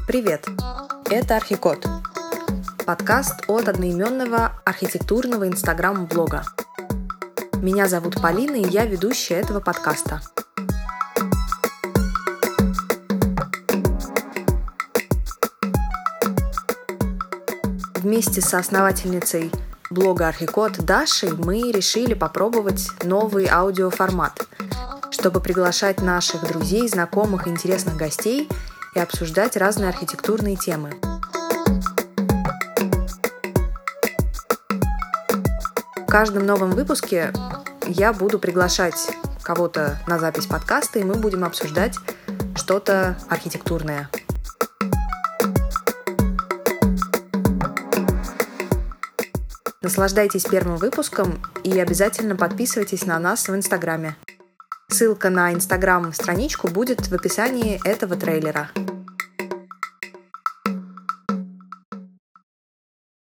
Привет! Это Архикод, подкаст от одноименного архитектурного инстаграм-блога. Меня зовут Полина, и я ведущая этого подкаста. Вместе с основательницей блога Архикод Дашей мы решили попробовать новый аудиоформат, чтобы приглашать наших друзей, знакомых и интересных гостей и обсуждать разные архитектурные темы. В каждом новом выпуске я буду приглашать кого-то на запись подкаста, и мы будем обсуждать что-то архитектурное. Наслаждайтесь первым выпуском и обязательно подписывайтесь на нас в Инстаграме. Ссылка на Инстаграм-страничку будет в описании этого трейлера.